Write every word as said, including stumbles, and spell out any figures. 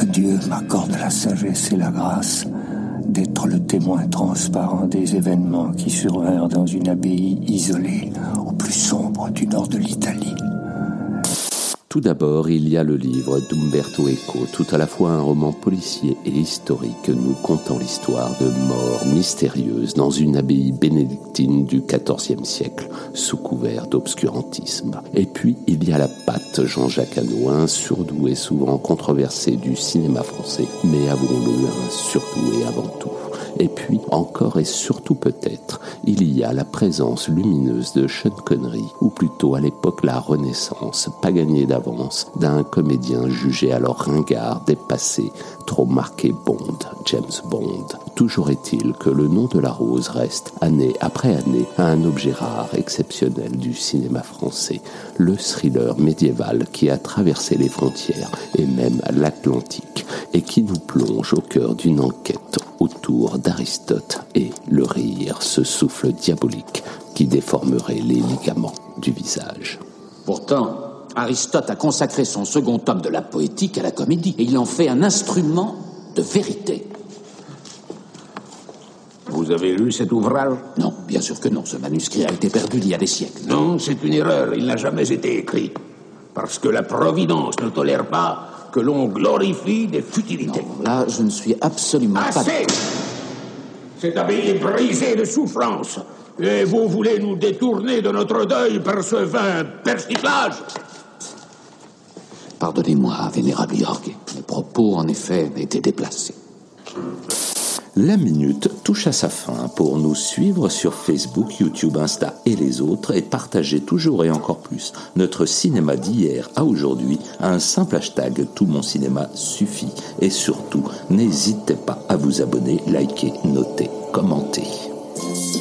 Dieu m'accorde la sagesse et la grâce d'être le témoin transparent des événements qui survinrent dans une abbaye isolée au plus sombre du nord de l'Italie. Tout d'abord, il y a le livre d'Umberto Eco, tout à la fois un roman policier et historique nous contant l'histoire de morts mystérieuses dans une abbaye bénédictine du quatorzième siècle, sous couvert d'obscurantisme. Et puis, il y a la patte Jean-Jacques Hano, un surdoué souvent controversé du cinéma français, mais avouons-le, un surdoué avant tout. Et puis, encore et surtout peut-être, il y a la présence lumineuse de Sean Connery, ou plutôt à l'époque la Renaissance, pas gagnée d'avance, d'un comédien jugé alors ringard, dépassé, trop marqué Bond, James Bond. Toujours est-il que le nom de la rose reste, année après année, un objet rare, exceptionnel du cinéma français, le thriller médiéval qui a traversé les frontières et même l'Atlantique, et qui nous plonge au cœur d'une enquête autour d'Aristote et le rire, ce souffle diabolique qui déformerait les ligaments du visage. Pourtant, Aristote a consacré son second tome de la poétique à la comédie, et il en fait un instrument de vérité. Vous avez lu cet ouvrage? Non, bien sûr que non. Ce manuscrit a été perdu il y a des siècles. Non, c'est une erreur. Il n'a jamais été écrit. Parce que la Providence ne tolère pas que l'on glorifie des futilités. Non, là, je ne suis absolument Assez pas... Cette abbaye est brisée de souffrance. Et vous voulez nous détourner de notre deuil par ce vain persiflage? Pardonnez-moi, vénérable Jorge. Mes propos, en effet, étaient déplacés. La minute touche à sa fin. Pour nous suivre sur Facebook, YouTube, Insta et les autres et partager toujours et encore plus notre cinéma d'hier à aujourd'hui, un simple hashtag Tout mon cinéma suffit. Et surtout, n'hésitez pas à vous abonner, liker, noter, commenter.